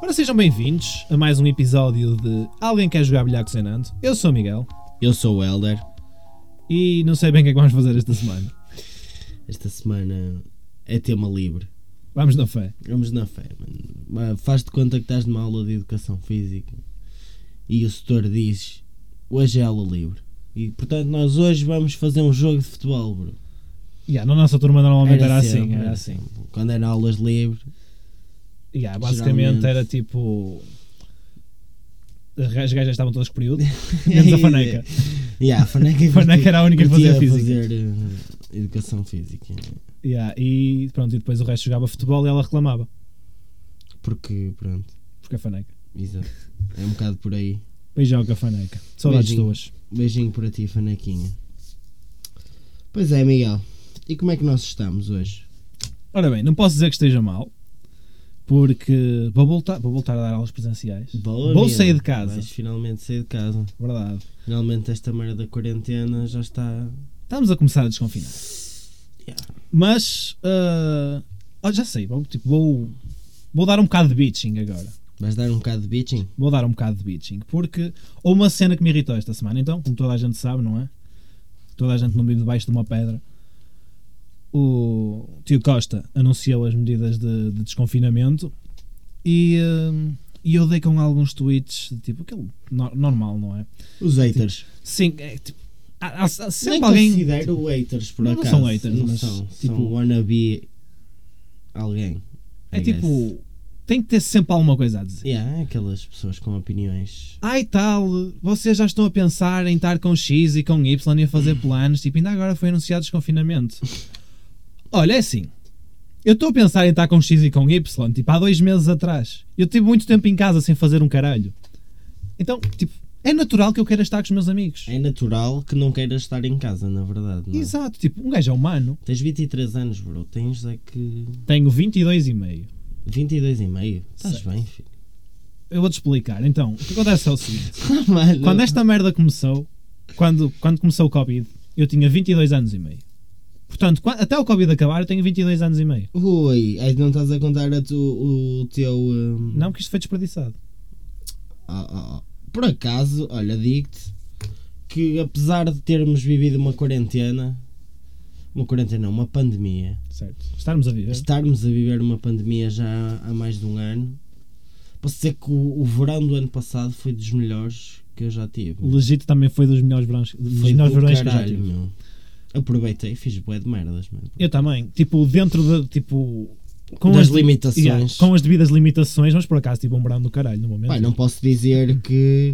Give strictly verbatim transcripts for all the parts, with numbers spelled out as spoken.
Ora, sejam bem-vindos a mais um episódio de Alguém Quer Jogar Bilhar com Zenando. Eu sou o Miguel. Eu sou o Helder. E não sei bem o que é que vamos fazer esta semana. Esta semana é tema livre. Vamos na fé. Vamos na fé, mano. Faz-te conta que estás numa aula de educação física e o setor diz: hoje é aula livre. E portanto nós hoje vamos fazer um jogo de futebol, bro. Yeah, na nossa turma normalmente era, Era assim, sempre, era era assim. sempre. Quando eram aulas livres, Yeah, basicamente geralmente- era tipo... As gajas estavam todas com período, menos a faneca. yeah, a faneca, A faneca era a única que curtia fazia física. fazer uh, educação física. Yeah, e pronto, e depois o resto jogava futebol e ela reclamava. Porque, pronto, Porque a faneca. exato. É um bocado por aí. Beijão com a faneca. Saudades Beijinho. tuas. Beijinho para ti, fanequinha. Pois é, Miguel. E como é que nós estamos hoje? Ora bem, não posso dizer que esteja mal, porque vou voltar, vou voltar a dar aulas presenciais. Boa, Vou Miguel. sair de casa. Vais finalmente sair de casa. Verdade. Finalmente esta merda da quarentena já está... Estamos a começar a desconfinar. Yeah. Mas, ah, oh, já sei, vou, tipo, vou, vou dar um bocado de bitching agora. Vais dar um bocado de bitching? Vou dar um bocado de bitching, porque houve uma cena que me irritou esta semana. Então, como toda a gente sabe, não é? Toda a gente não vive debaixo de uma pedra. O tio Costa anunciou as medidas de, de desconfinamento e, ah, e eu dei com alguns tweets, tipo, aquele no- normal, não é? Os haters. Sim, é tipo, há, há, há sempre Nem alguém... considero haters, por Não, não acaso. são haters, não mas, são. tipo- São wannabe alguém. É I guess. tipo, tem que ter sempre alguma coisa a dizer. Yeah, é aquelas pessoas com opiniões... Ai tal, vocês já estão a pensar em estar com X e com Y e a fazer planos, tipo, ainda agora foi anunciado desconfinamento. Olha, é assim, eu estou a pensar em estar com X e com Y, tipo, há dois meses atrás. Eu tive muito tempo em casa sem fazer um caralho. Então, tipo, é natural que eu queira estar com os meus amigos. É natural que não queiras estar em casa, na verdade. Não é? Exato, tipo, um gajo é humano. Tens vinte e três anos, bro. Tens é que... Tenho vinte e dois e meio. vinte e dois e meio. Estás Certo. bem, filho? Eu vou-te explicar. Então, o que acontece é o seguinte. Mano. Quando esta merda começou, quando, quando começou o Covid, eu tinha vinte e dois anos e meio. Portanto, qua- até o Covid acabar, eu tenho vinte e dois anos e meio. Ui, aí não estás a contar a tu, o teu... hum, Não, que isto foi desperdiçado. ah, ah, ah. Por acaso, olha, digo-te que apesar de termos vivido uma quarentena... Uma quarentena não, uma pandemia. Certo. Estarmos a viver. Estarmos a viver uma pandemia já há mais de um ano. Posso dizer que o, o verão do ano passado foi dos melhores que eu já tive. O Legito também foi dos melhores verões, dos Foi melhores do verões que eu já caralho, tive. meu. Aproveitei, fiz bué de merdas, mano. Eu também. Tipo, dentro de... Tipo, com Das as, limitações. Yeah, com as devidas limitações, mas por acaso tive um verão do caralho no momento. Pai, não posso dizer que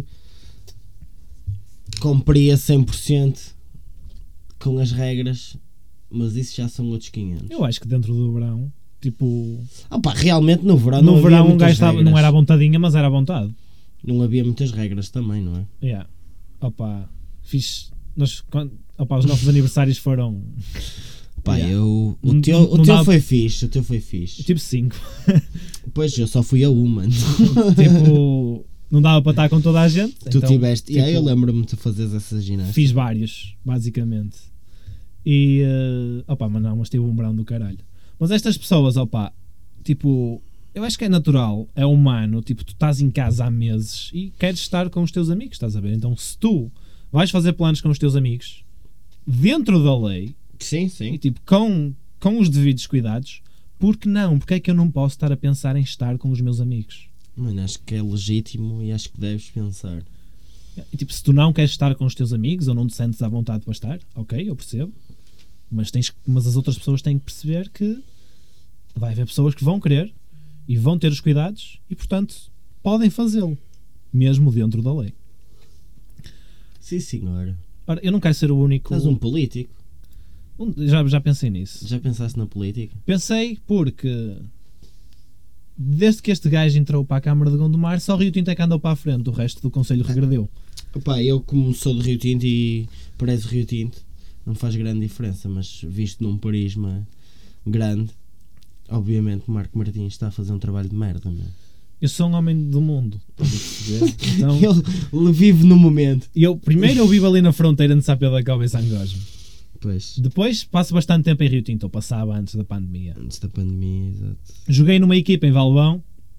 cumpria cem por cento com as regras, mas isso já são outros quinhentos. Eu acho que dentro do verão, tipo... Ah, pá, realmente no verão no não havia verão um muitas gajo estava, regras. não era à vontadinha, mas era à vontade. Não havia muitas regras também, não é? Yeah. Opa, fiz... Nós, quando, opa, os nossos aniversários foram... Pá, Yeah. eu... O Não- teu, não- o não teu dá- foi fixe, o teu foi fixe. Tipo cinco. Pois, eu só fui a uma. Tipo... Não dava para estar com toda a gente. Tu então, tiveste... tipo, yeah, eu lembro-me de fazeres essa ginástica. Fiz vários, basicamente. E... Uh, opa, mas não, mas tive um verão do caralho. Mas estas pessoas, opa... Tipo... Eu acho que é natural, é humano. Tipo, tu estás em casa há meses e queres estar com os teus amigos, estás a ver? Então, se tu vais fazer planos com os teus amigos, dentro da lei, Sim, e sim. tipo, com, com os devidos cuidados, por que não? Porque é que eu não posso estar a pensar em estar com os meus amigos? Mano, acho que é legítimo e acho que deves pensar. E, tipo, se tu não queres estar com os teus amigos ou não te sentes à vontade para estar, ok, eu percebo. Mas, tens, que- mas as outras pessoas têm que perceber que vai haver pessoas que vão querer e vão ter os cuidados e, portanto, podem fazê-lo, mesmo dentro da lei. Sim, senhora. Ora, eu não quero ser o único... Estás um político. Um- Já, já pensei nisso. Já pensaste na política? Pensei porque desde que este gajo entrou para a Câmara de Gondomar, só o Rio Tinto é que andou para a frente, o resto do Conselho regredeu. Opa, eu como sou de Rio Tinto e prezo Rio Tinto, não faz grande diferença, mas visto num prisma grande, obviamente Marco Martins está a fazer um trabalho de merda, meu. Eu sou um homem do mundo, estás a perceber? Então, Ele vive no momento. eu, primeiro eu vivo ali na fronteira de Sá Pedro da Cova e Sangosmo. Pois, Depois passo bastante tempo em Rio Tinto, ou passava antes da pandemia. antes da pandemia, exato. Joguei numa equipa em Valbão,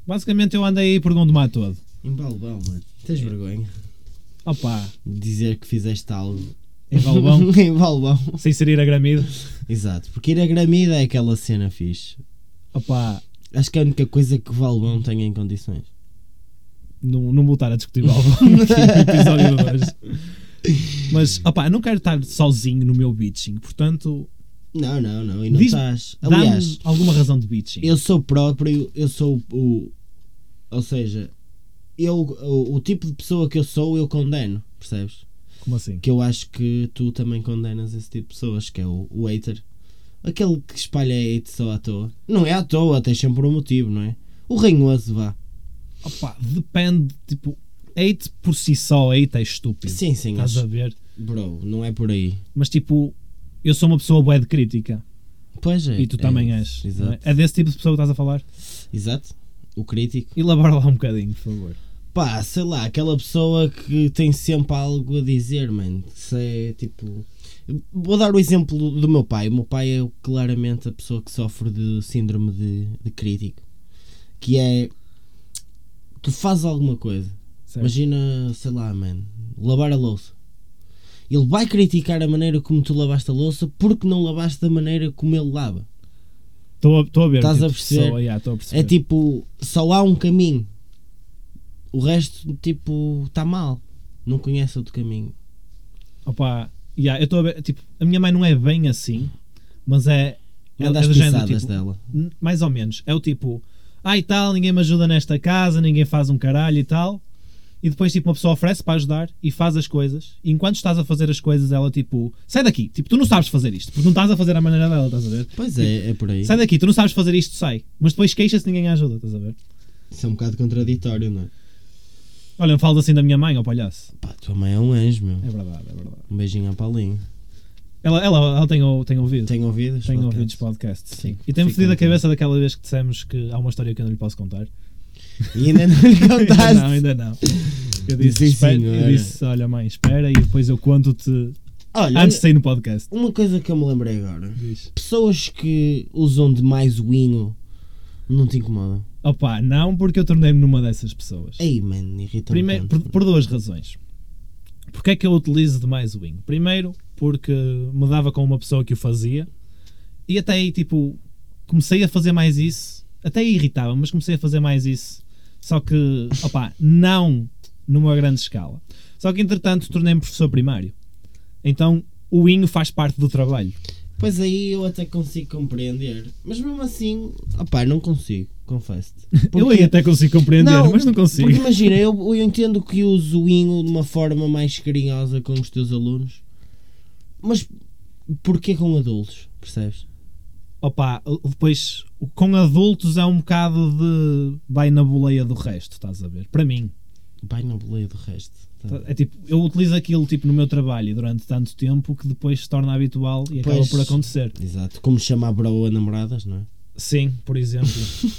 Basicamente eu andei aí por Gondomar todo. Em Balbão, mano. Tens vergonha Opa, de dizer que fizeste algo em Balbão, em Balbão. sem ser ir a Gramide. Exato, porque ir a Gramida é aquela cena fixe. Opa, Acho que é a única coisa que Balbão tem em condições. não, não vou estar a discutir Balbão aqui no episódio de hoje. Mas, opa, eu não quero estar sozinho no meu beaching, portanto, Não, não, não, e não Diz- estás. dá-me Aliás, alguma razão de beaching. eu sou próprio, eu sou o. Ou seja, eu, o, o tipo de pessoa que eu sou, eu condeno, percebes? Como assim? Que eu acho que tu também condenas esse tipo de pessoas, que é o, o hater. Aquele que espalha hate só à toa. Não é à toa, tens sempre um motivo, não é? O ranhoso, vá. Opa, depende, tipo, hate por si só, hate é estúpido. Sim, sim, Estás acho. a ver? Bro, não é por aí. Mas tipo, eu sou uma pessoa bué de crítica. Pois é. E tu é também isso, és. não Exato. É? É desse tipo de pessoa que estás a falar? Exato. O crítico. Elabora lá um bocadinho, por favor. Pá, sei lá, aquela pessoa que tem sempre algo a dizer, mano. Isso é tipo. Vou dar o exemplo do meu pai. O meu pai é claramente a pessoa que sofre de síndrome de, de crítico. Que é. Tu fazes alguma coisa. Certo? Imagina, sei lá, mano, lavar a louça. Ele vai criticar a maneira como tu lavaste a louça porque não lavaste da maneira como ele lava. Estou a, estou a ver. Estás tipo a de perceber? pessoa, yeah, estou a perceber. É tipo, só há um caminho. O resto, tipo, está mal. Não conhece outro caminho. Opa, yeah, eu estou a ver. Tipo, a minha mãe não é bem assim, mas é. É, Anda às é do género, pisadas tipo, dela. n- mais ou menos. É o tipo, ah e tal, ninguém me ajuda nesta casa, ninguém faz um caralho e tal. E depois, tipo, uma pessoa oferece para ajudar e faz as coisas. E enquanto estás a fazer as coisas, ela, tipo, sai daqui. Tipo, tu não sabes fazer isto, porque não estás a fazer à maneira dela, estás a ver? Pois é, é por aí. Sai daqui, tu não sabes fazer isto, sai. Mas depois queixa-se ninguém a ajuda, estás a ver? Isso é um bocado contraditório, não é? Olha, não falas assim da minha mãe, ó palhaço. Pá, tua mãe é um anjo, meu. É verdade, é verdade. Um beijinho à Paulinho. Ela, ela, ela tem, ou- tem ouvido. Tem ouvido? os Tem podcasts? ouvido os podcasts, sim. Sim, E tem-me fica fedido a então. cabeça daquela vez que dissemos que há uma história que eu não lhe posso contar. E ainda não lhe ainda contaste. não, ainda não. Eu disse, Sim, espera, eu senhora. disse, olha mãe, espera e depois eu conto-te Olha, antes de sair no podcast. uma coisa que eu me lembrei agora. Diz. Pessoas que usam demais o inho não te incomodam? Opa, não, porque eu tornei-me numa dessas pessoas. Ei, mano, irrita-me Primeiro, tanto. por, por duas razões. Porque é que eu utilizo demais o winho? Primeiro, porque me dava com uma pessoa que o fazia e até aí, tipo, comecei a fazer mais isso. Até aí irritava, mas comecei a fazer mais isso. Só que, opa, não numa grande escala. Só que, entretanto, tornei-me professor primário. Então, o winho faz parte do trabalho. Pois aí eu até consigo compreender. Mas mesmo assim, opá, não consigo, confesso-te. Eu aí até consigo compreender, mas não consigo. Porque imagina, eu, eu entendo que uso o inho de uma forma mais carinhosa com os teus alunos. Mas porquê com adultos? Percebes? Opa, depois com adultos é um bocado de vai na boleia do resto, estás a ver? Para mim. Vai na boleia do resto. Tá. É tipo, eu utilizo aquilo tipo no meu trabalho durante tanto tempo que depois se torna habitual e acaba Pois. por acontecer. Exato. Como chamar bro a namoradas, não é? Sim, por exemplo.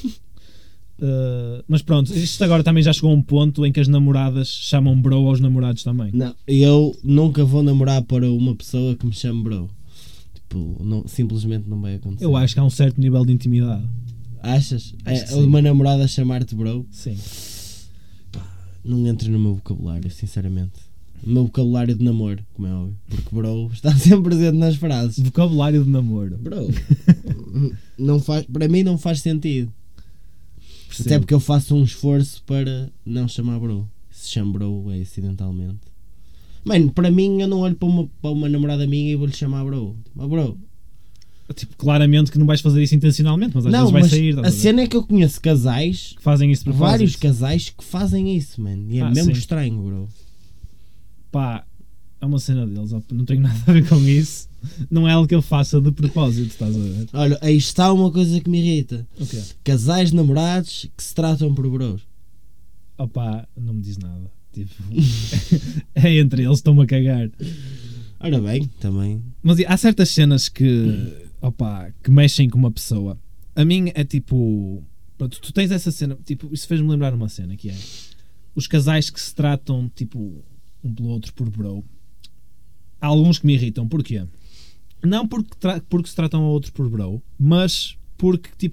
Uh, mas pronto, isto agora também já chegou a um ponto em que as namoradas chamam bro aos namorados também. Não, eu nunca vou namorar para uma pessoa que me chame bro. Tipo, não, simplesmente não vai acontecer. Eu acho que há um certo nível de intimidade. Achas? Acho É, que sim. uma namorada chamar-te bro? Sim. Não entra no meu vocabulário, sinceramente. No meu vocabulário de namoro, como é óbvio. Porque bro está sempre presente nas frases. Vocabulário de namoro. Bro, não faz, para mim não faz sentido. Percebo. Até porque eu faço um esforço para não chamar bro. Se chamo bro é acidentalmente. Mano, para mim eu não olho para uma, para uma namorada minha e vou-lhe chamar bro. Oh, bro. Tipo, claramente que não vais fazer isso intencionalmente, mas às Não, vezes vai mas sair. estás a a ver? cena é que eu conheço casais, Que fazem isso de propósito. vários casais que fazem isso, mano. E é Ah, mesmo sim. estranho, bro. Pá, é uma cena deles, ó, não tenho nada a ver com isso. Não é algo que eu faça de propósito, estás a ver? Olha, aí está uma coisa que me irrita. O quê? Casais namorados que se tratam por bros. Opá, não me diz nada. Tipo, é entre eles, estão-me a cagar. Ora bem, também. Mas há certas cenas que, opá, que mexem com uma pessoa. A mim é tipo... pronto, tu tens essa cena, tipo, isso fez-me lembrar uma cena que é os casais que se tratam, tipo, um pelo outro por bro. Há alguns que me irritam, porquê? Não porque, tra- porque se tratam a outros por bro, mas porque, tipo,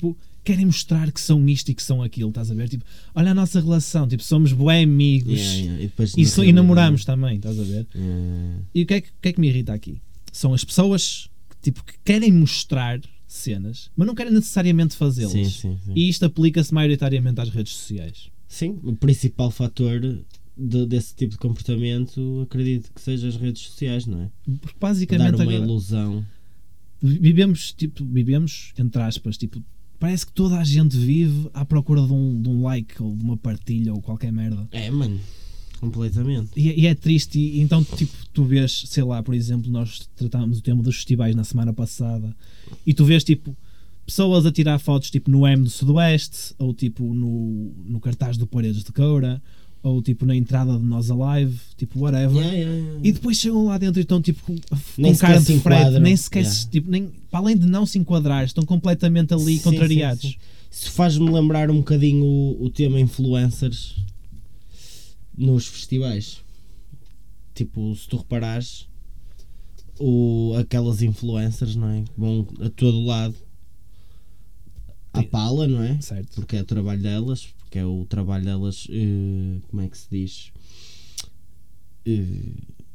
querem mostrar que são isto e que são aquilo, estás a ver? Tipo, olha a nossa relação, tipo, somos bué amigos Yeah, yeah. E, depois, e, na so- e realidade- namoramos também, estás a ver? Yeah. E o que, é que, o que é que me irrita aqui? São as pessoas que, tipo, que querem mostrar cenas, mas não querem necessariamente fazê-las. Sim, sim, sim. E isto aplica-se maioritariamente às redes sociais. Sim, o principal fator de- desse tipo de comportamento acredito que seja as redes sociais, não é? Porque Dar basicamente uma agora, ilusão. vivemos, tipo, vivemos, entre aspas, tipo, parece que toda a gente vive à procura de um, de um like ou de uma partilha ou qualquer merda. É, mano, completamente. E, é- e é triste, e então, tipo, tu vês, sei lá, por exemplo, nós tratámos o tema dos festivais na semana passada, e tu vês, tipo, pessoas a tirar fotos, tipo, no M do Sudoeste, ou, tipo, no, no cartaz do Paredes de Coura, ou, tipo, na entrada de Nós Alive, tipo, whatever. Yeah, yeah, yeah. E depois chegam lá dentro e estão, tipo, com, Nem com cara sequer de se frete, enquadram. nem sequer, Yeah. se, tipo, nem, para além de não se enquadrar, estão completamente ali Sim, contrariados. sim, sim. Isso faz-me lembrar um bocadinho o, o tema influencers nos festivais. Tipo, se tu reparares, o, aquelas influencers, não é? Que vão a todo lado à Sim. pala, não é? Certo. Porque é o trabalho delas, porque é o trabalho delas, eh, como é que se diz? Eh,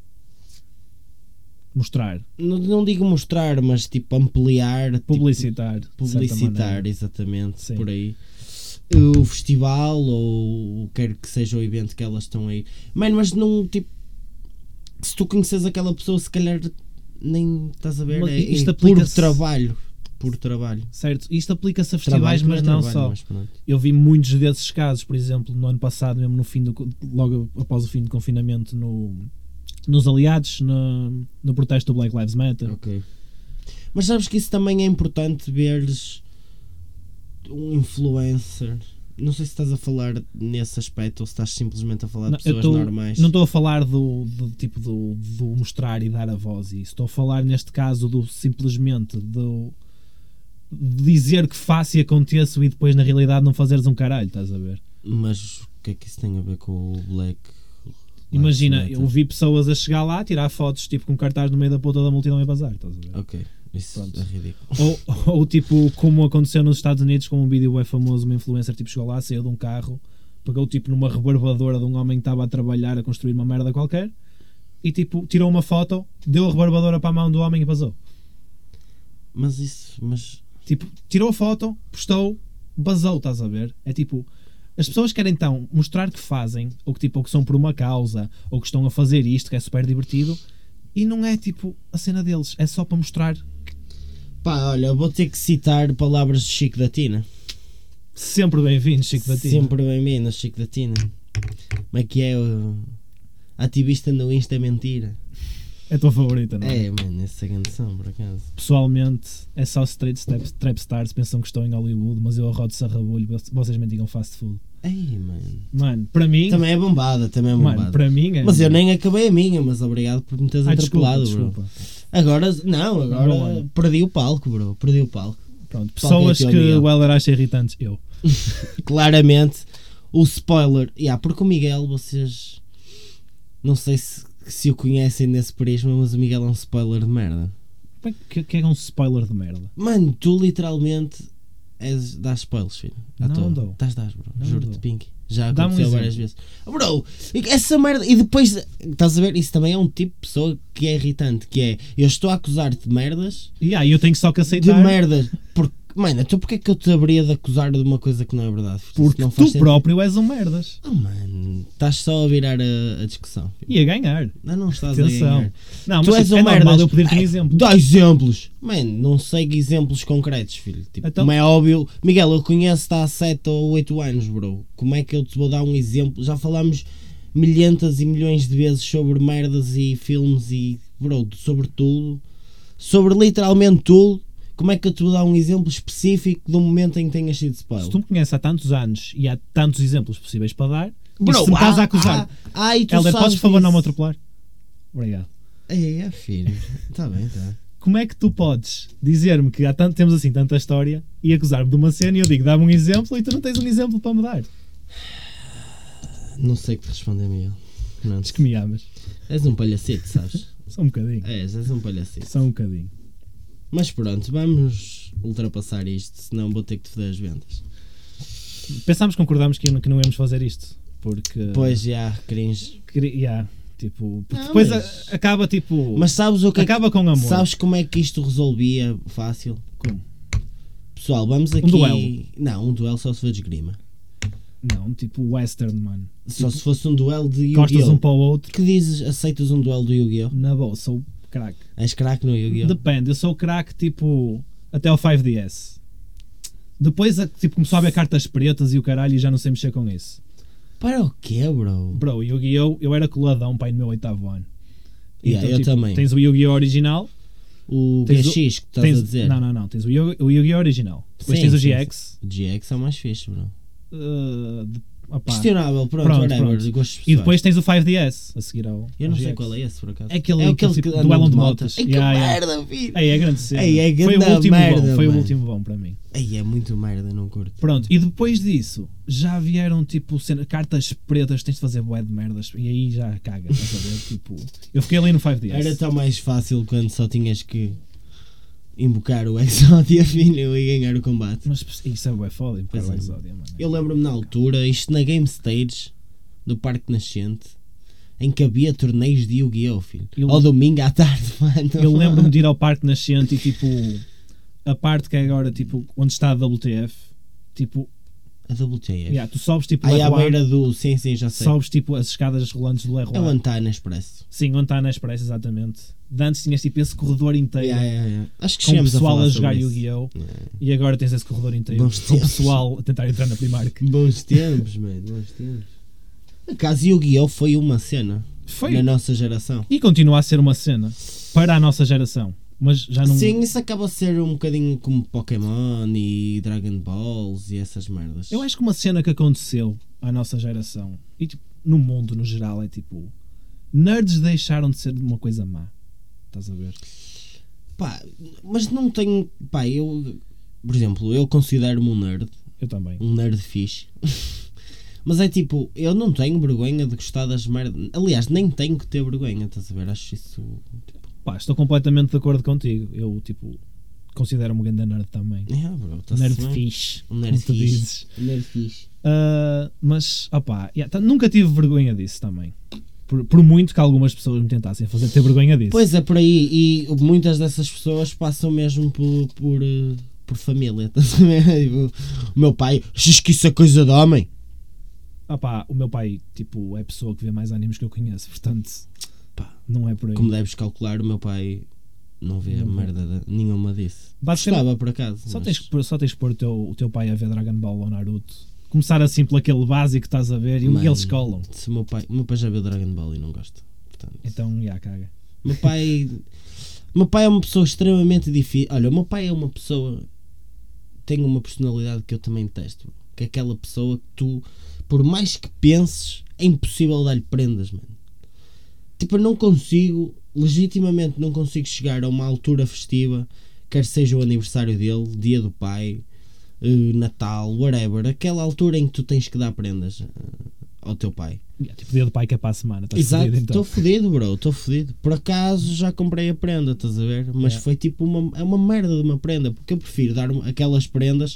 Mostrar, não, não digo mostrar, mas tipo ampliar, tipo, publicitar. de certa publicitar, maneira. exatamente, Sim. por aí. O festival ou quer que seja o evento que elas estão aí. Mano, mas não, tipo, se tu conheces aquela pessoa, se calhar nem estás a ver, Mas é, isto é por aplica-se- trabalho, por trabalho. Certo, isto aplica-se a festivais, Trabalho mas é não trabalho, só. mas pronto. Eu vi muitos desses casos, por exemplo, no ano passado, mesmo no fim do, logo após o fim do confinamento, no, nos aliados, no, no protesto do Black Lives Matter. Ok. Mas sabes que isso também é importante veres um influencer. Não sei se estás a falar nesse aspecto ou se estás simplesmente a falar de Não, eu pessoas tô- normais. Não estou a falar do, do tipo do, do mostrar e dar a voz, e isso. Estou a falar neste caso do simplesmente do de dizer que faça e aconteça e depois na realidade não fazeres um caralho, estás a ver? Mas o que é que isso tem a ver com o Black? Imagina, Lives eu Matter? vi pessoas a chegar lá, tirar fotos tipo com cartaz no meio da puta da multidão e bazar, estás a ver? Ok, isso Pronto. é ridículo. Ou, ou tipo, como aconteceu nos Estados Unidos com um vídeo é famoso, uma influencer tipo chegou lá, saiu de um carro, pegou tipo numa rebarbadora de um homem que estava a trabalhar a construir uma merda qualquer e tipo tirou uma foto, deu a rebarbadora para a mão do homem e passou. Mas isso, mas Tipo, tirou a foto, postou, basou, estás a ver? É tipo, as pessoas querem então mostrar que fazem, ou que tipo, ou que são por uma causa, ou que estão a fazer isto, que é super divertido, e não é tipo a cena deles, é só para mostrar. pá, olha, vou ter que citar palavras de Chico da Tina. Sempre bem-vindo, Chico da Tina. Sempre bem-vindo, Chico da Tina. Como é que é o ativista no Insta é mentira? É a tua favorita, não é? É, mano, essa canção, por acaso. Pessoalmente, é só straight step, trap stars, pensam que estou em Hollywood, mas eu arrodo sarrabulho, vocês me digam fast food. Ei, mano. Mano, para mim, Também é bombada, também é bombada. mano, para mim é... Mas eu nem acabei a minha, mas obrigado por me teres Ai, desculpa, atrapalhado, bro. desculpa. Agora, não, agora Não, mano. perdi o palco, bro. Perdi o palco. Pronto, Qual que é pessoas o que teu, Miguel? o Heller acha irritantes, eu. Claramente, o spoiler. Yeah, porque o Miguel, vocês não sei se, se o conhecem nesse prisma, mas o Miguel é um spoiler de merda. Como é que, que é um spoiler de merda? Mano, tu literalmente és, dás spoilers, filho. À Não toa. dou. Estás, dás, bro. Não Juro-te, dou. Pink. Já Dá-me um aconteceu várias exemplo. vezes. Bro, essa merda. E depois, estás a ver? Isso também é um tipo de pessoa que é irritante. Que é, eu estou a acusar-te de merdas. E aí eu tenho só que De aceitar, merdas. Porque, mano, então porque é que eu te haveria de acusar de uma coisa que não é verdade? Isso porque não tu faz sentido. próprio és um merdas. Oh, mano, estás só a virar a, a discussão. filho. E a ganhar. Não, não estás Atenção. a ganhar. Não, Tu mas és tipo, um é normal merdas. eu pedir-te um Ai, exemplo. Dá exemplos. Mano, não segue exemplos concretos, filho. Tipo, Então- como é óbvio. Miguel, eu conheço-te há sete ou oito anos, bro. Como é que eu te vou dar um exemplo? Já falámos milhentas e milhões de vezes sobre merdas e filmes e, bro, sobre tudo. Sobre literalmente tudo. Como é que eu te vou dar um exemplo específico do momento em que tenhas sido spoiler? Se tu me conheces há tantos anos e há tantos exemplos possíveis para dar, Bro, e se me estás a acusar, Ah, ah, e tu Helder, sabes podes por favor não me disso. atropelar? Obrigado. É, é, filho. Está bem, está. Como é que tu podes dizer-me que há tanto, temos assim tanta história e acusar-me de uma cena e eu digo, dá-me um exemplo e tu não tens um exemplo para me dar? Não sei o que te responder, Miguel. Não. Diz que me amas. És um palhacete, sabes? Só um bocadinho. És, és um palhacete. Só um bocadinho. Mas pronto, vamos vamos ultrapassar isto, senão vou ter que te foder as ventas. Pensámos, concordámos que, que não íamos fazer isto. Porque. Pois, já, cringe. Cri, yeah, tipo, Não, depois mas- a- acaba tipo. Mas sabes o que é que- acaba com amor. Sabes como é que isto resolvia fácil? Como? Pessoal, vamos aqui... duelo. Não, um duelo só se for de esgrima. Não, tipo western, mano. Só se fosse um duelo de Costas Yu-Gi-Oh! um para o outro. Que dizes, aceitas um duelo do Yu-Gi-Oh? Na boa, sou craque. És craque no Yu-Gi-Oh? Depende, eu sou craque tipo até ao cinco D S. Depois a- tipo, começou a haver cartas pretas e o caralho e já não sei mexer com isso. Para o quê, bro? Bro, Yu-Gi-Oh! Eu era coladão pai no meu oitavo ano. Yeah, eu também. Tens o Yu-Gi-Oh! Original. O Tens G X que estás tens, a dizer. Não, não, não. Tens o Yu- o Yu-Gi-Oh! Original. Depois Sim, tens o sim, G X. O G X é o mais fixe, bro. uh, de- opá. Questionável, pronto, Pronto, whatever. pronto. de gostos E pessoais. depois tens o cinco D S a seguir ao. Eu não ao sei G X. qual é esse, por acaso. É aquele, é aquele tipo, que andam duelo de de motas. motas. Ai, que Yeah, yeah. merda, filho! Ei, é grande cena. Ei, é foi o grande último merda, bom. Foi o mano. último bom para mim. Ei, é muito merda, não curto. Pronto, e depois disso já vieram tipo cena, cartas pretas, tens de fazer bué de merdas e aí já caga, estás a ver? Tipo, eu fiquei ali no cinco D S. Era tão mais fácil quando só tinhas que invocar o Exodia filho e ganhar o combate. Mas isso é bué foda, invocar Pois o é. Exodia, mano. Eu lembro-me na altura, isto na Game Stage do Parque Nascente, em que havia torneios de Yu-Gi-Oh! Filho. Eu- Ao domingo à tarde, mano. Eu lembro-me de ir ao Parque Nascente e tipo, a parte que é agora tipo, onde está a W T F, tipo, A W T F. yeah, tu sobes tipo, Aí à Leroy, beira do. Sim, sim, já sei. sobes tipo as escadas rolantes do Leroy. É o Antana Expresso. Sim, onde está na Express, exatamente. De antes tinhas tipo esse corredor inteiro Yeah, yeah, yeah. Acho que com o chegamos pessoal a, a, falar jogar sobre isso. Yu-Gi-Oh! Yeah. E agora tens esse corredor inteiro Bons com o tempos. pessoal a tentar entrar na Primark. Bons tempos, mano. Bons tempos. Acaso Yu-Gi-Oh! Foi uma cena Foi. na nossa geração. E continua a ser uma cena para a nossa geração. Mas já não. Sim, isso acaba a ser um bocadinho como Pokémon e Dragon Balls e essas merdas. Eu acho que uma cena que aconteceu à nossa geração e tipo, no mundo no geral é tipo. Nerds deixaram de ser uma coisa má. Estás a ver? Pá, mas não tenho. Pá, eu. Por exemplo, eu considero-me um nerd. Eu também. Um nerd fixe. Mas é tipo, eu não tenho vergonha de gostar das merdas. Aliás, nem tenho que ter vergonha, estás a ver? Acho isso. Tipo, Pá, estou completamente de acordo contigo. Eu, tipo, considero-me um grande nerd também. yeah, bro, tá-se Nerd bem. fixe. Um nerd como tu fixe. dizes. Um nerd fixe. Ah, mas, opá, yeah, tá- nunca tive vergonha disso também. Por, por muito que algumas pessoas me tentassem fazer ter vergonha disso. Pois é, por aí. E muitas dessas pessoas passam mesmo por. por, eh, por família, estás a ver? Tipo, o meu pai, achas que isso é coisa de homem? Opá, o meu pai, tipo, é a pessoa que vê mais animes que eu conheço, portanto, Pá, não é por aí. como deves calcular, o meu pai não vê Não vê. merda de- nenhuma disso. Basicamente, Gostava por acaso. só, mas- tens que, pôr- só tens que pôr o teu, o teu pai a ver Dragon Ball ou Naruto. Começar assim por aquele básico que estás a ver e Mano, eles colam. Se o meu pai, o meu pai já viu Dragon Ball e não gosta. Portanto, Então, já, caga. o meu pai. O meu pai é uma pessoa extremamente difícil. Olha, o meu pai é uma pessoa. Tem uma personalidade que eu também testo. Que é aquela pessoa que tu, por mais que penses, é impossível dar-lhe prendas, mano. Tipo, eu não consigo, legitimamente não consigo chegar a uma altura festiva, quer seja o aniversário dele, dia do pai, eh, Natal, whatever, aquela altura em que tu tens que dar prendas eh, ao teu pai. Yeah, tipo, dia do pai que é para a semana. Estás Exato, fodido, estou então. fodido, bro, estou fodido. Por acaso já comprei a prenda, estás a ver? Mas Yeah. foi tipo uma, é uma merda de uma prenda, porque eu prefiro dar aquelas prendas,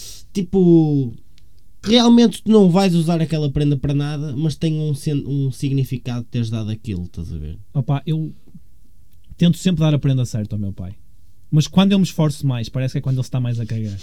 tipo, realmente tu não vais usar aquela prenda para nada, mas tem um, sen- um significado de teres dado aquilo, estás a ver? Opá, eu tento sempre dar a prenda certa ao meu pai. Mas quando eu me esforço mais, parece que é quando ele está mais a cagar.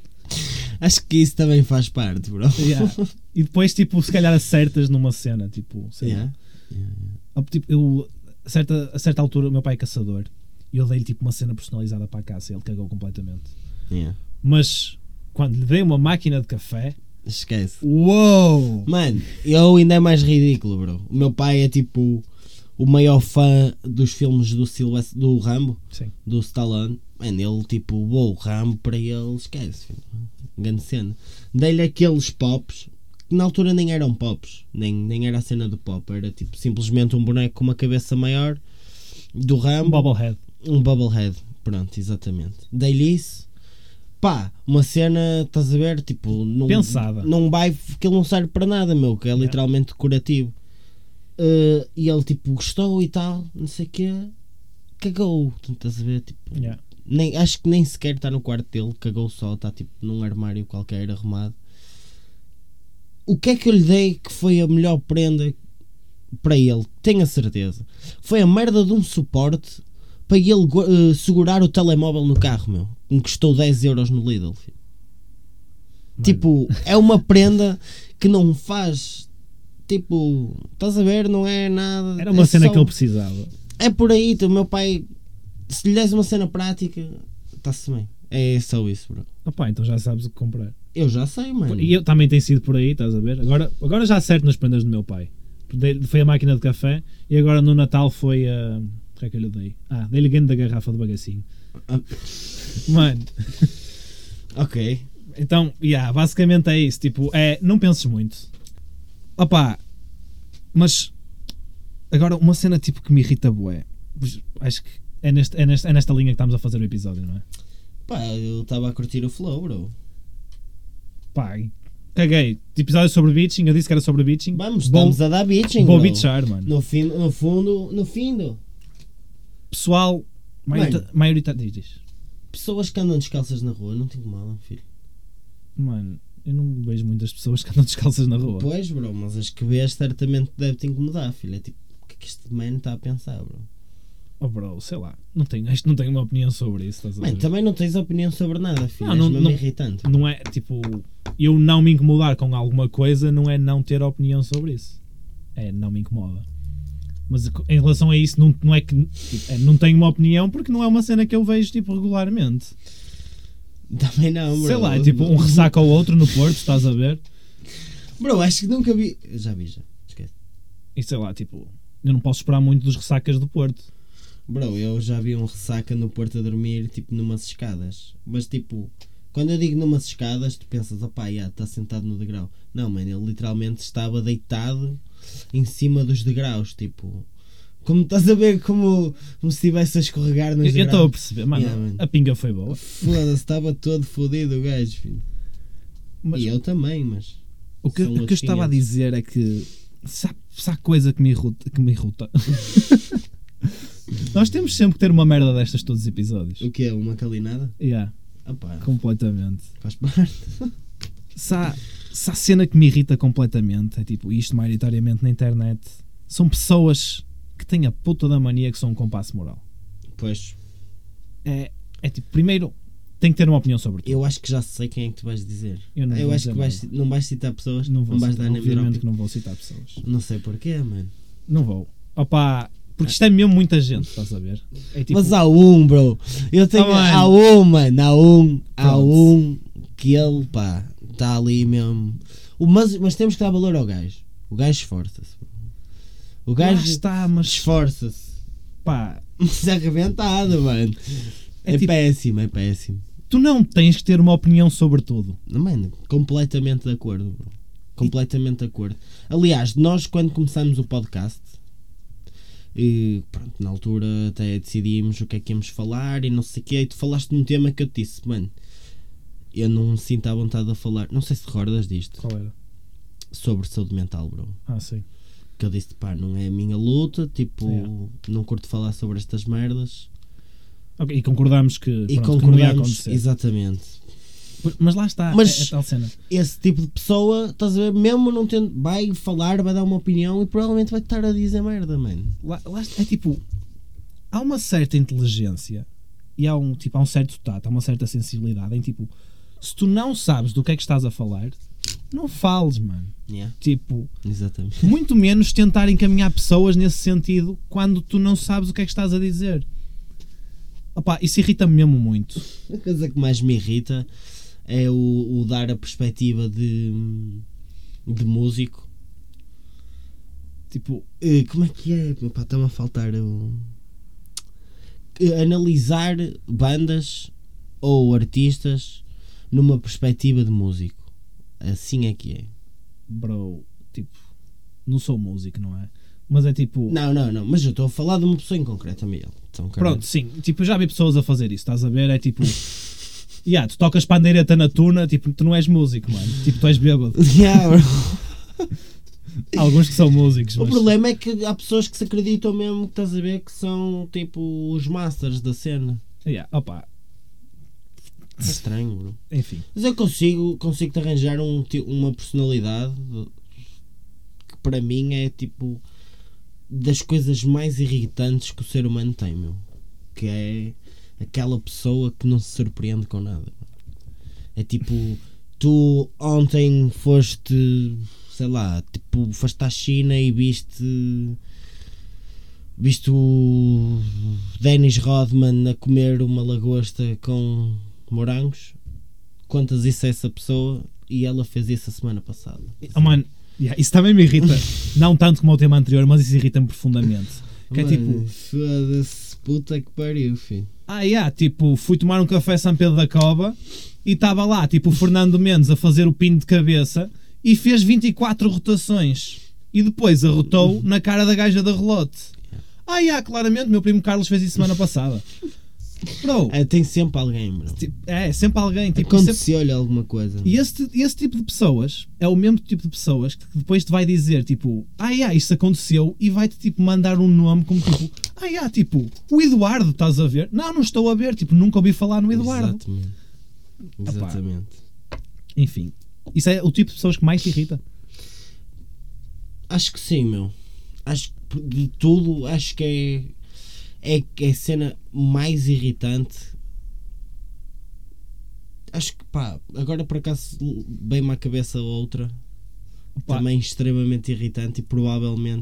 Acho que isso também faz parte, bro. Yeah. E depois, tipo, se calhar acertas numa cena, tipo, sei Yeah. lá. Tipo, eu, a certa, a certa altura, o meu pai é caçador e eu dei-lhe tipo uma cena personalizada para a caça e ele cagou completamente. Yeah. Mas quando lhe dei uma máquina de café, Esquece. uou! Mano, eu ainda é mais ridículo, bro. O meu pai é tipo o maior fã dos filmes do Silvestre, do Rambo, Sim. do Stallone. Mano, ele tipo, uou, o Rambo para ele, esquece, filho. Grande cena. Dei-lhe aqueles pops, que na altura nem eram pops, nem, nem era a cena do pop, era tipo simplesmente um boneco com uma cabeça maior do Um Rambo, bobblehead. um bubblehead. Pronto, exatamente. Dei-lhe isso. Pá, uma cena, estás a ver? Tipo, não, Pensada. não vai, que ele não serve para nada, meu, que é Yeah. literalmente decorativo. Uh, e ele, tipo, gostou e tal, não sei o quê, cagou. Estás a ver? Tipo, Yeah. Nem, acho que nem sequer está no quarto dele, cagou só, está tipo num armário qualquer arrumado. O que é que eu lhe dei que foi a melhor prenda para ele? Tenho a certeza. Foi a merda de um suporte para ele uh, segurar o telemóvel no carro, meu. Me custou dez euros no Lidl, filho. Tipo, é uma prenda que não faz... Tipo, estás a ver? Não é nada... Era uma é cena só... que ele precisava. É por aí, o meu pai... Se lhe des uma cena prática, está-se bem. É só isso, bro. Opa, então já sabes o que comprar. Eu já sei, mano. E eu também tenho sido por aí, estás a ver? Agora, agora já acerto nas prendas do meu pai. Foi a máquina de café e agora no Natal foi a... O que é que eu lhe dei? Ah, dei-lhe ganho da garrafa de bagacinho. Ah. Mano. Ok. Então, yeah, basicamente é isso. Tipo, é, não penses muito. Opa, mas agora uma cena tipo que me irrita bué. Acho que é, neste, é, neste, é nesta linha que estamos a fazer o episódio, não é? Pá, eu estava a curtir o flow, bro. Pá, caguei. Episódio sobre bitching, eu disse que era sobre bitching. Vamos, Vou- estamos a dar bitching, Vou bro. bitchar, mano. No, fim, no fundo, no fundo. Pessoal, maiorita- maioritário. Diz, diz. Pessoas que andam descalças na rua não te incomodam, filho. Mano, eu não vejo muitas pessoas que andam descalças na rua. Pois, bro, mas as que vês certamente deve te incomodar, filho. É tipo, o que é que este man está a pensar, bro? Oh bro, sei lá, não tenho, acho que não tenho uma opinião sobre isso, estás a ver? Man, também não tens opinião sobre nada, filho. Não, És não- mesmo não- irritante. Não é, tipo, eu não me incomodar com alguma coisa não é não ter opinião sobre isso. É, não me incomoda. Mas em relação a isso, não, não é que tipo, é, não tenho uma opinião porque não é uma cena que eu vejo tipo regularmente. Também não, bro. Sei lá, é tipo um ressaca ou outro no Porto, estás a ver? Bro, acho que nunca vi. Já vi, já. Esquece. E sei lá, tipo, eu não posso esperar muito dos ressacas do Porto. Bro, eu já vi um ressaca no Porto a dormir, tipo, numas escadas. Mas, tipo, quando eu digo numas escadas, tu pensas, opá, já, está sentado no degrau. Não, mano, ele literalmente estava deitado em cima dos degraus, tipo... Como estás a ver, como, como se estivesse a escorregar nos Eu degraus. estou a perceber, mano, Yeah, man. a pinga foi boa. Foda-se, estava todo fodido o gajo, filho. Mas E eu também, mas... o que, são o que eu outros estava a quinhentos. dizer é que se há, se há coisa que me irruta, que me irruta. Nós temos sempre que ter uma merda destas todos os episódios. O que é? Uma calinada? Yeah, Opá, completamente. faz parte. Se há, se há cena que me irrita completamente, é tipo, isto maioritariamente na internet, são pessoas que têm a puta da mania que são um compasso moral. Pois, É, é tipo, primeiro, tem que ter uma opinião sobre tudo. eu acho que já sei quem é que tu vais dizer. Eu não eu vou acho dizer que vais, nada. não vais citar pessoas, Não não, vou vais citar, dar nem melhor obviamente que opinião. não vou citar pessoas. Não sei porquê, mano. Não vou. Opa, porque isto é mesmo muita gente, estás a ver? É tipo, Mas há um, bro. Eu tenho. Oh, mano. há um, mano. Há um. Há Pronto. um que ele, pá, está ali mesmo. O, mas, mas temos que dar valor ao gajo. O gajo esforça-se, bro. O lá gajo está, mas esforça-se. pá, Mas é arrebentado, mano. É É, tipo- péssimo, é péssimo. tu não tens que ter uma opinião sobre tudo. Não, mano, completamente de acordo, bro. Completamente de acordo. Aliás, nós quando começamos o podcast, e pronto, na altura até decidimos o que é que íamos falar e não sei o que, e tu falaste num tema que eu te disse, mano, eu não me sinto à vontade a falar, não sei se te recordas disto, Qual era? sobre saúde mental, bro. Ah, sim. Que eu disse, pá, não é a minha luta, tipo, Yeah. não curto falar sobre estas merdas. Ok, e concordamos que, E pronto, que não ia concordamos, acontecer. exatamente. Mas lá está, Mas- é, é tal cena. Esse tipo de pessoa, estás a ver, mesmo não tendo, vai falar, vai dar uma opinião e provavelmente vai estar a dizer merda, mano. Lá, lá está, é tipo, há uma certa inteligência e há um, tipo, há um certo tato, há uma certa sensibilidade em tipo, se tu não sabes do que é que estás a falar, não fales, mano. Yeah, Tipo, exatamente. muito menos tentar encaminhar pessoas nesse sentido quando tu não sabes o que é que estás a dizer. Opa, isso irrita-me mesmo muito. A coisa que mais me irrita é o, o dar a perspectiva de, de músico. Tipo, Eh, Como é que é? Epá, está-me a faltar o... Eh, Analisar bandas ou artistas numa perspectiva de músico. Assim é que é. bro, tipo, não sou músico, não é? Mas é tipo, Não, não, não. Mas eu estou a falar de uma pessoa em concreto, Miguel. Então, caralho. pronto, sim, tipo, eu já vi pessoas a fazer isso, estás a ver? É tipo, yeah, tu tocas pandeireta na tuna, tipo, tu não és músico, mano. Tipo, tu és bêbado. Yeah, bro. Há alguns que são músicos, O mas problema é que há pessoas que se acreditam mesmo que estás a ver que são tipo os masters da cena. yeah, opa, É estranho, bro. Enfim. Mas eu consigo, consigo te arranjar um, uma personalidade que para mim é tipo das coisas mais irritantes que o ser humano tem, meu. Que é aquela pessoa que não se surpreende com nada. É tipo, tu ontem foste, sei lá, tipo, foste à China e viste viste o Dennis Rodman a comer uma lagosta com morangos. Contas isso a essa pessoa e ela fez isso a semana passada. Oh, mano, yeah, isso também me irrita. Não tanto como o tema anterior, mas isso irrita-me profundamente. Que Mano, é tipo, foda-se, puta que pariu, filho. ah, yeah, tipo, fui tomar um café São Pedro da Cova e estava lá, tipo, o Fernando Mendes a fazer o pino de cabeça e fez vinte e quatro rotações e depois arrotou na cara da gaja da relote. Ah, yeah, claramente, meu primo Carlos fez isso semana passada. Bro, É, tem sempre alguém, bro. é sempre alguém. Tipo, Aconteceu-lhe sempre... alguma coisa. E esse, esse tipo de pessoas é o mesmo tipo de pessoas que depois te vai dizer, tipo, ah, yeah, isso aconteceu e vai-te, tipo, mandar um nome como, tipo, ah, yeah, tipo, o Eduardo, estás a ver? Não, não estou a ver, tipo, nunca ouvi falar no Eduardo. Exatamente. Exatamente. Opa. Enfim, isso é o tipo de pessoas que mais te irrita? Acho que sim, meu. Acho que de tudo, acho que é é, é a cena mais irritante. Acho que, pá, agora por acaso bem-me à cabeça outra. Opa. Também extremamente irritante e provavelmente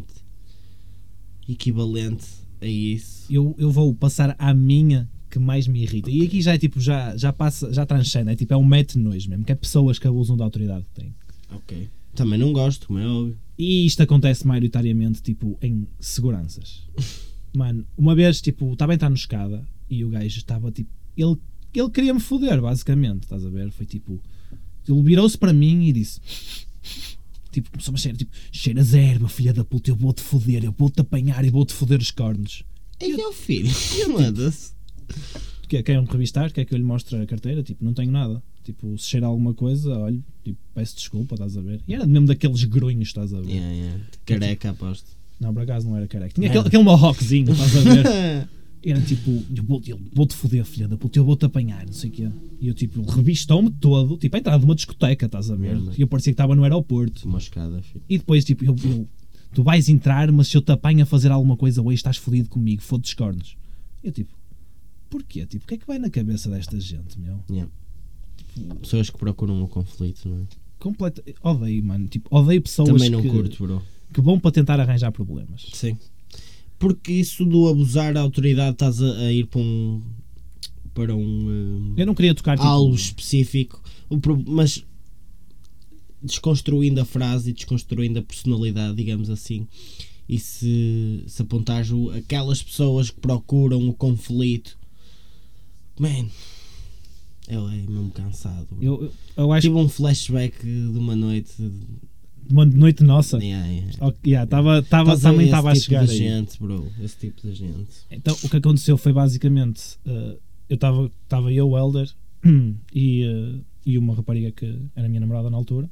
equivalente a isso. Eu, eu vou passar à minha que mais me irrita. E aqui já é tipo, já, já passa, já transcende, é tipo, é um mete nojo mesmo, que é pessoas que abusam da autoridade que têm. Ok. Também não gosto, como é óbvio. E isto acontece maioritariamente, tipo, em seguranças. Mano, uma vez, tipo, estava a entrar no escada e o gajo estava, tipo, ele, ele queria-me foder, basicamente, estás a ver? Foi tipo, ele virou-se para mim e disse, tipo, começou a cheirar, tipo, cheiras erva, filha da puta, eu vou-te foder, eu vou-te apanhar e vou-te foder os cornos. É meu filho, manda-se. Quer, quer me revistar? Quer que eu lhe mostre a carteira? Tipo, não tenho nada. Tipo, se cheira alguma coisa, olha, tipo, peço desculpa, estás a ver? E era mesmo daqueles grunhos, estás a ver? Yeah, yeah. Careca, aposto. Não, por acaso não era careca. Tinha aquele, aquele mohawkzinho, estás a ver? Era tipo, eu vou-te vou foder, filha da puta, eu vou-te apanhar, não sei o quê. E eu, tipo, revistou-me todo, tipo, a entrada de uma discoteca, estás a ver? Yeah, e eu parecia que estava no aeroporto. Uma escada, filho. E depois, tipo, eu, eu, tu vais entrar, mas se eu te apanho a fazer alguma coisa hoje, estás fodido comigo, foda-te os cornos. E eu, tipo, porquê? Tipo, o que é que vai na cabeça desta gente, meu? Yeah. Tipo, pessoas que procuram o conflito, não é? Completa... Odeio, mano. Tipo, odeio pessoas Também não que, curto, bro. que vão para tentar arranjar problemas. Sim. Porque isso do abusar da autoridade, estás a, a ir para um para um eu não queria tocar tipo, algo específico, o pro, mas desconstruindo a frase e desconstruindo a personalidade, digamos assim, e se, se apontares o, aquelas pessoas que procuram o conflito, man, eu é mesmo cansado. Eu, eu, eu acho tive um flashback de uma noite, uma noite nossa. Yeah, yeah. Okay, yeah, tava, tava, também estava a chegar tipo aí. de gente, bro, esse tipo de gente. Então o que aconteceu foi basicamente uh, eu estava estava eu, o Helder e, uh, e uma rapariga que era minha namorada na altura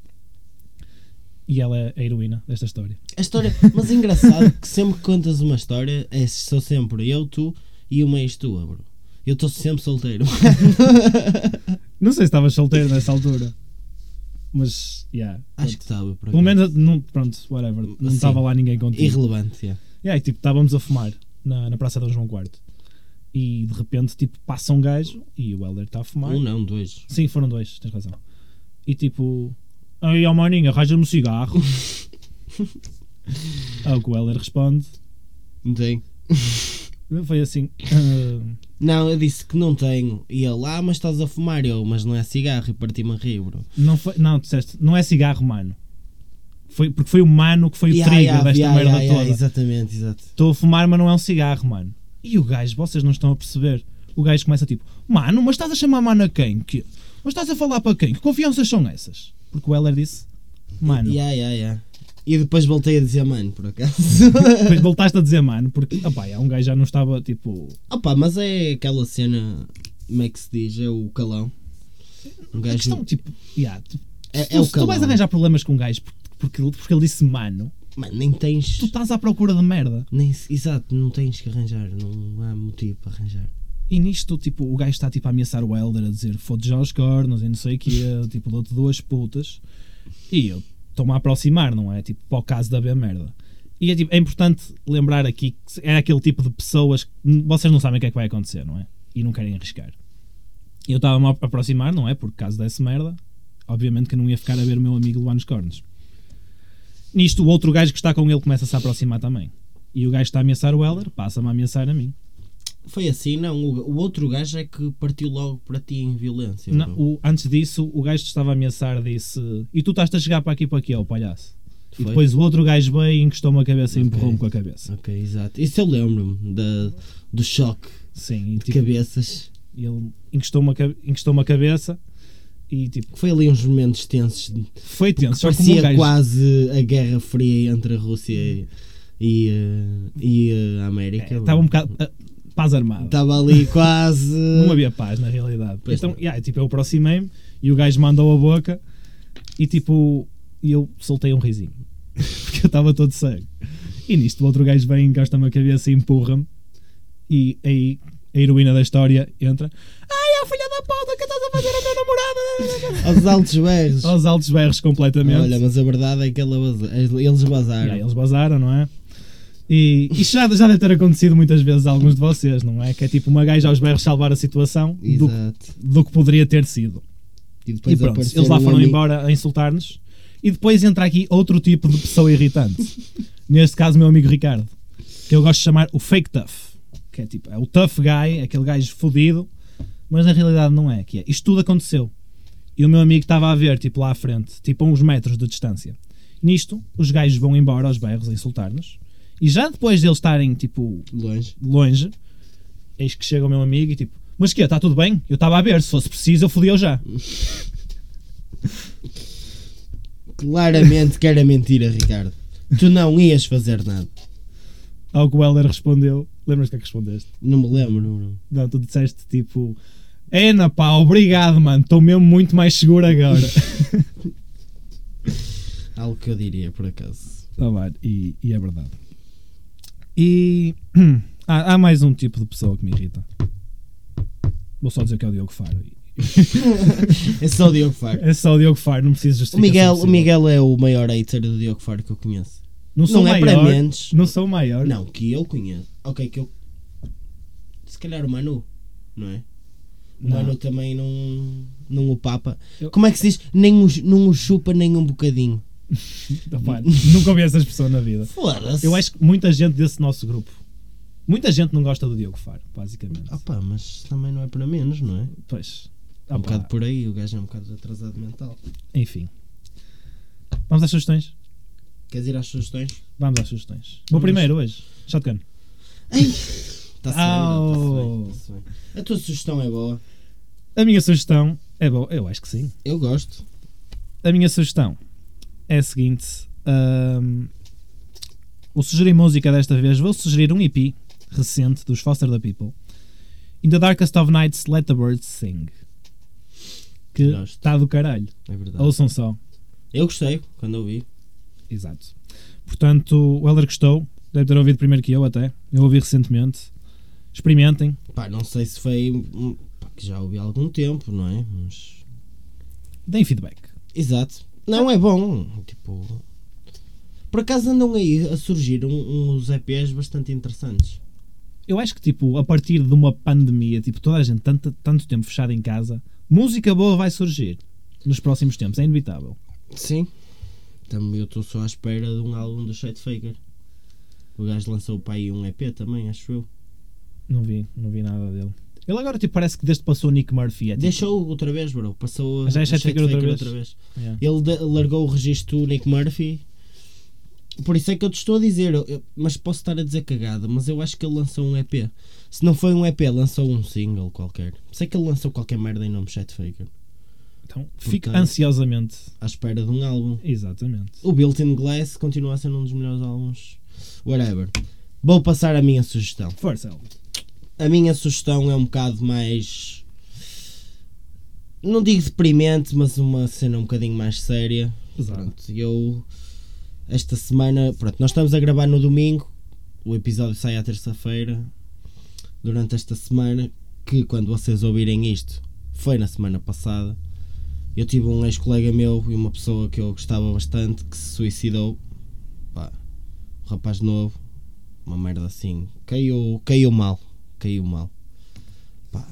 e ela é a heroína desta história. A história, mas é engraçado que sempre que contas uma história é, sou sempre eu, tu e uma ex tua, bro. Eu estou sempre solteiro. Não sei se estavas solteiro nessa altura. Mas, yeah. Acho que estava. Pelo menos, não, pronto, whatever. Não estava lá ninguém contigo. Irrelevante, yeah. Yeah, e, tipo, estávamos a fumar na, na Praça de João quarto. E de repente, tipo, passa um gajo e o Helder está a fumar. Um não, dois. Sim, foram dois, tens razão. E tipo, aí, ó maninho, arranja-me um cigarro. Ao que o Helder responde. Não tem. Foi assim. Uh... Não, eu disse que não tenho. E ele, ah, mas estás a fumar. Eu, mas não é cigarro. E parti-me a rir, bro. Não, foi, não, disseste, não é cigarro, mano. Foi, porque foi o mano que foi yeah, o trigger yeah, desta yeah, merda yeah, toda. Yeah, exatamente, exato. Estou a fumar, mas não é um cigarro, mano. E o gajo, vocês não estão a perceber. O gajo começa tipo, mano, mas estás a chamar mano a quem? Que... Mas estás a falar para quem? Que confianças são essas? Porque o Heller disse, mano. Yeah, yeah, yeah. E depois voltei a dizer mano, por acaso. Depois voltaste a dizer mano, porque opá, um gajo já não estava tipo. Opá, mas é aquela cena, como é que se diz? É o calão. Um gajo. A questão, tipo, yeah, tu, é, tu, é o se calão. tu vais arranjar problemas com um gajo porque, porque, porque ele disse mano. Mano, nem tens. Tu estás à procura de merda. Nem, exato, não tens que arranjar. Não há motivo para arranjar. E nisto, tipo, o gajo está tipo a ameaçar o Elder, a dizer foda-se aos cornos e não sei o que, tipo, dou-te duas putas. E eu estou-me a aproximar, não é? Tipo, para o caso da B merda. E é, tipo, é importante lembrar aqui que é aquele tipo de pessoas que vocês não sabem o que é que vai acontecer, não é? E não querem arriscar. E eu estava-me a aproximar, não é? Porque caso desse merda, obviamente que eu não ia ficar a ver o meu amigo levar nos cornos. Nisto, o outro gajo que está com ele começa-se a aproximar também. E o gajo está a ameaçar o Elder, passa-me a ameaçar a mim. Foi assim, não. O, o outro gajo é que partiu logo para ti em violência. Não, o, antes disso, o gajo que estava a ameaçar disse: e tu estás a chegar para aqui para aqui, ó, palhaço. Foi? E depois o outro gajo veio e encostou-me a cabeça, okay. E empurrou-me com a cabeça. Ok, exato. Isso eu lembro-me da, do choque. Sim, de tipo, cabeças. Ele encostou-me a, encostou-me a cabeça e tipo. Foi ali uns momentos tensos. Foi tenso, só parecia como um gajo... quase a Guerra Fria entre a Rússia e, e, e a América. É, estava um bocado. Uh, paz armada. Estava ali quase. Não havia paz, na realidade. Pois então, yeah, tipo, eu aproximei-me e o gajo mandou a boca e tipo, eu soltei um risinho. Porque eu estava todo cego. E nisto o outro gajo vem, encosta-me a cabeça e empurra-me. E aí a heroína da história entra. Ai, a filha da puta, que estás a fazer a minha namorada? Aos altos berros. Aos altos berros, completamente. Olha, mas a verdade é que ela baza... eles bazaram. Yeah, eles bazaram, não é? E isto já, já deve ter acontecido muitas vezes a alguns de vocês, não é? Que é tipo uma gaja aos berros salvar a situação do, do que poderia ter sido. E, depois e pronto, eles lá foram um embora a insultar-nos. E depois entra aqui outro tipo de pessoa irritante. Neste caso, meu amigo Ricardo, que eu gosto de chamar o fake tough. Que é tipo, é o tough guy, aquele gajo fodido, mas na realidade não é. Que é, isto tudo aconteceu. E o meu amigo estava a ver, tipo, lá à frente, tipo a uns metros de distância. Nisto, os gajos vão embora aos berros a insultar-nos. E já depois deles estarem, tipo, longe, longe eis que chega o meu amigo e tipo, mas que está tudo bem? Eu estava a ver, se fosse preciso eu fodia já. Claramente que era mentira, Ricardo. Tu não ias fazer nada. Ao que o Helder respondeu, lembras que é que respondeste? Não me lembro, não. Não, tu disseste tipo, Ena pá, obrigado mano, estou mesmo muito mais seguro agora. Algo que eu diria, por acaso. Tá bem, e, e é verdade. E há, há mais um tipo de pessoa que me irrita. Vou só dizer que é o Diogo Faro. É só o Diogo Faro. É só o Diogo Faro, não preciso justificar. O Miguel, o Miguel é o maior hater do Diogo Faro que eu conheço. Não, sou não maior, é para menos. Não sou o maior. Não, que eu conheço. Ok, que eu. Se calhar o Manu, não é? O não. Manu também não, não o papa. Eu... Como é que se diz? Nem o, não o chupa nem um bocadinho. Opa, nunca ouvi essa expressão na vida. Foda-se. Eu acho que muita gente desse nosso grupo, muita gente não gosta do Diogo Faro, basicamente. Opa, mas também não é para menos, não é? Pois. É um bocado por aí, o gajo é um bocado atrasado mental. Enfim. Vamos às sugestões? Queres ir às sugestões? Vamos às sugestões. Vou primeiro hoje. Shotgun. Está-se bem, está-se bem. A tua sugestão é boa? A minha sugestão é boa. Eu acho que sim. Eu gosto. A minha sugestão é a seguinte. Um, vou sugerir música desta vez. Vou sugerir um E P recente dos Foster the People. In the Darkest of Nights, Let the Birds Sing. Que está do caralho. É verdade. Ouçam só. Eu gostei quando ouvi. Exato. Portanto, o Helder gostou. Deve ter ouvido primeiro que eu até. Eu ouvi recentemente. Experimentem. Pá, não sei se foi... Pá, que já ouvi há algum tempo, não é? Mas... deem feedback. Exato. Não, é bom. Tipo... Por acaso andam aí a surgir um, uns E Pês bastante interessantes. Eu acho que, tipo, a partir de uma pandemia, tipo, toda a gente tanto, tanto tempo fechada em casa, música boa vai surgir nos próximos tempos. É inevitável. Sim. Também eu estou só à espera de um álbum do Chet Faker. O gajo lançou para aí um E P também, acho eu. Não vi, não vi nada dele. Ele agora tipo, parece que desde que passou o Nick Murphy é, tipo... Deixou outra vez, bro. Passou já é Chet Faker outra vez. Outra vez. Yeah. Ele de, largou o registro do Nick Murphy. Por isso é que eu te estou a dizer. Eu, eu, mas posso estar a dizer cagada. Mas eu acho que ele lançou um E P. Se não foi um E P, lançou um single qualquer. Sei que ele lançou qualquer merda em nome Chet Faker. Então, fico ansiosamente à espera de um álbum. Exatamente. O Built in Glass continua a ser um dos melhores álbuns. Whatever. Vou passar a minha sugestão. Força. A minha sugestão é um bocado mais... não digo deprimente, mas uma cena um bocadinho mais séria. Pronto, eu... esta semana... Pronto, nós estamos a gravar no domingo. O episódio sai à terça-feira. Durante esta semana que quando vocês ouvirem isto foi na semana passada. Eu tive um ex-colega meu e uma pessoa que eu gostava bastante que se suicidou. Pá, um rapaz novo, uma merda assim, caiu, caiu mal, caiu mal. Pá,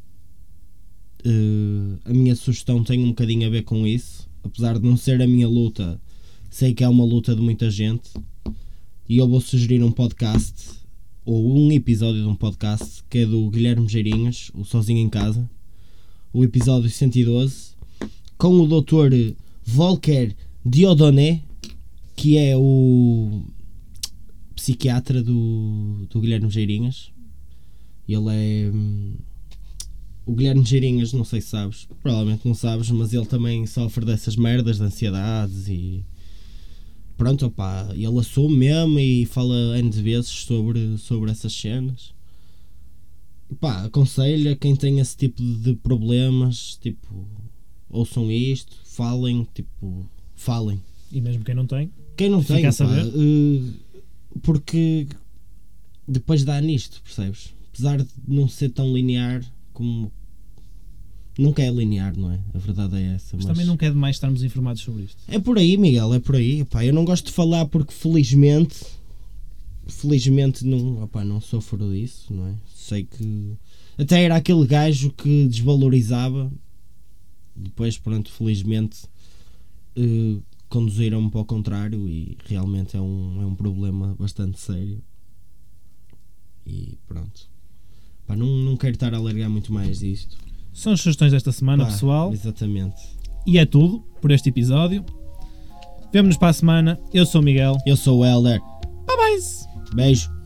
uh, a minha sugestão tem um bocadinho a ver com isso, apesar de não ser a minha luta, sei que é uma luta de muita gente, e eu vou sugerir um podcast, ou um episódio de um podcast, que é do Guilherme Geirinhas, o Sozinho em Casa, o episódio cento e doze, com o doutor Volker Dieudonné, que é o psiquiatra do, do Guilherme Geirinhas. Ele é... O Guilherme Geirinhas, não sei se sabes, provavelmente não sabes, mas ele também sofre dessas merdas, de ansiedades e... Pronto, opá, ele assume mesmo e fala N de vezes sobre, sobre essas cenas. Pá, aconselho a quem tem esse tipo de problemas, tipo... ouçam isto, falem, tipo, falem. E mesmo quem não tem, quem não tem, a saber. Pá, uh, porque depois dá nisto, percebes? Apesar de não ser tão linear como... Nunca é linear, não é? A verdade é essa. Mas, mas também nunca é demais estarmos informados sobre isto. É por aí, Miguel, é por aí. Epá, eu não gosto de falar porque felizmente, felizmente não, opá, não sofro disso, não é? Sei que... Até era aquele gajo que desvalorizava. Depois, pronto, felizmente uh, conduziram-me para o contrário e realmente é um, é um problema bastante sério. E pronto. Pá, não, não quero estar a alargar muito mais disto. São as sugestões desta semana, Pá, pessoal. Exatamente. E é tudo por este episódio. Vemo-nos para a semana. Eu sou o Miguel. Eu sou o Helder. Bye bye. Beijo.